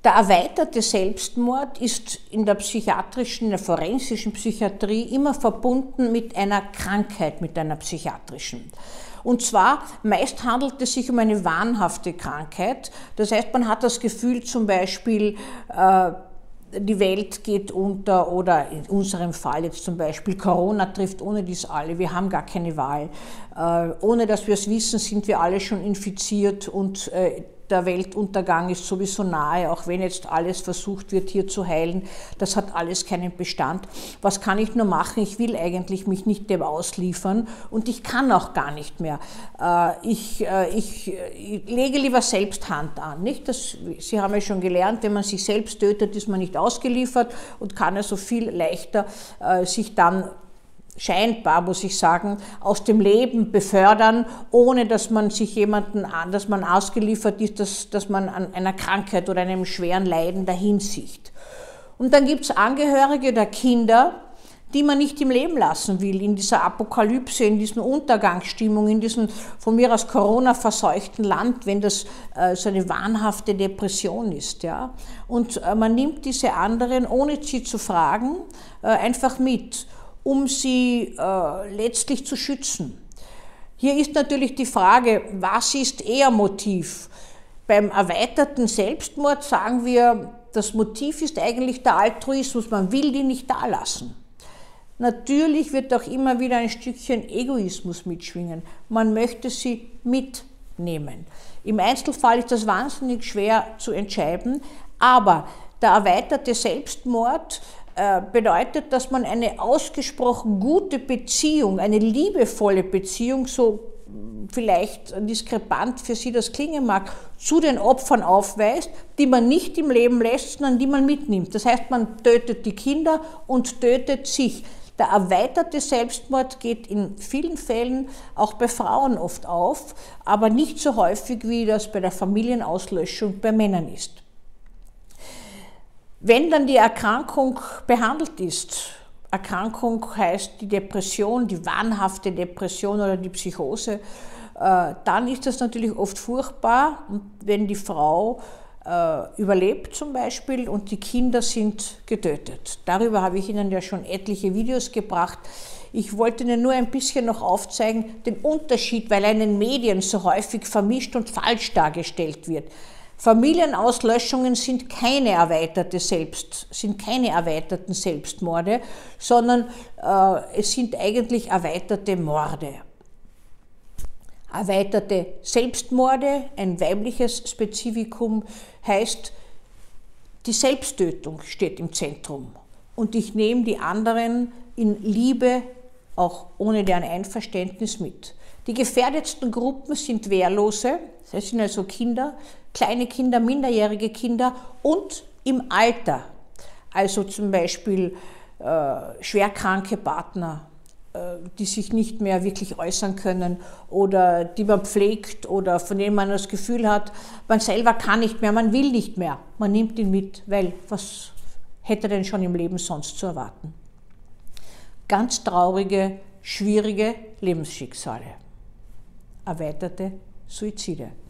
Der erweiterte Selbstmord ist in der psychiatrischen, in der forensischen Psychiatrie immer verbunden mit einer Krankheit, mit einer psychiatrischen. Und zwar, meist handelt es sich um eine wahnhafte Krankheit. Das heißt, man hat das Gefühl zum Beispiel, die Welt geht unter oder in unserem Fall jetzt zum Beispiel Corona trifft ohne dies alle, wir haben gar keine Wahl. Ohne dass wir es wissen, sind wir alle schon infiziert und der Weltuntergang ist sowieso nahe, auch wenn jetzt alles versucht wird, hier zu heilen. Das hat alles keinen Bestand. Was kann ich nur machen? Ich will eigentlich mich nicht dem ausliefern und ich kann auch gar nicht mehr. Ich lege lieber selbst Hand an. Nicht? Sie haben ja schon gelernt, wenn man sich selbst tötet, ist man nicht ausgeliefert und kann also viel leichter sich dann scheinbar, muss ich sagen, aus dem Leben befördern, ohne dass man sich dass man ausgeliefert ist, dass man an einer Krankheit oder einem schweren Leiden dahinsieht. Und dann gibt es Angehörige der Kinder, die man nicht im Leben lassen will, in dieser Apokalypse, in dieser Untergangsstimmung, in diesem von mir aus Corona-verseuchten Land, wenn das so eine wahnhafte Depression ist. Ja? Und man nimmt diese anderen, ohne sie zu fragen, einfach mit, um sie letztlich zu schützen. Hier ist natürlich die Frage, was ist eher Motiv? Beim erweiterten Selbstmord sagen wir, das Motiv ist eigentlich der Altruismus, man will die nicht dalassen. Natürlich wird auch immer wieder ein Stückchen Egoismus mitschwingen, man möchte sie mitnehmen. Im Einzelfall ist das wahnsinnig schwer zu entscheiden, aber der erweiterte Selbstmord bedeutet, dass man eine ausgesprochen gute Beziehung, eine liebevolle Beziehung, so vielleicht diskrepant für Sie das klingen mag, zu den Opfern aufweist, die man nicht im Leben lässt, sondern die man mitnimmt. Das heißt, man tötet die Kinder und tötet sich. Der erweiterte Selbstmord geht in vielen Fällen auch bei Frauen oft auf, aber nicht so häufig, wie das bei der Familienauslöschung bei Männern ist. Wenn dann die Erkrankung behandelt ist, Erkrankung heißt die Depression, die wahnhafte Depression oder die Psychose, dann ist das natürlich oft furchtbar, wenn die Frau überlebt zum Beispiel und die Kinder sind getötet. Darüber habe ich Ihnen ja schon etliche Videos gebracht. Ich wollte Ihnen nur ein bisschen noch aufzeigen, den Unterschied, weil er in den Medien so häufig vermischt und falsch dargestellt wird. Familienauslöschungen sind keine erweiterten Selbstmorde, sondern es sind eigentlich erweiterte Morde. Erweiterte Selbstmorde, ein weibliches Spezifikum, heißt, die Selbsttötung steht im Zentrum und ich nehme die anderen in Liebe, auch ohne deren Einverständnis mit. Die gefährdetsten Gruppen sind Wehrlose, das sind also Kinder, kleine Kinder, minderjährige Kinder und im Alter, also zum Beispiel schwerkranke Partner, die sich nicht mehr wirklich äußern können oder die man pflegt oder von denen man das Gefühl hat, man selber kann nicht mehr, man will nicht mehr. Man nimmt ihn mit, weil was hätte er denn schon im Leben sonst zu erwarten? Ganz traurige, schwierige Lebensschicksale. Erweiterte Suizide.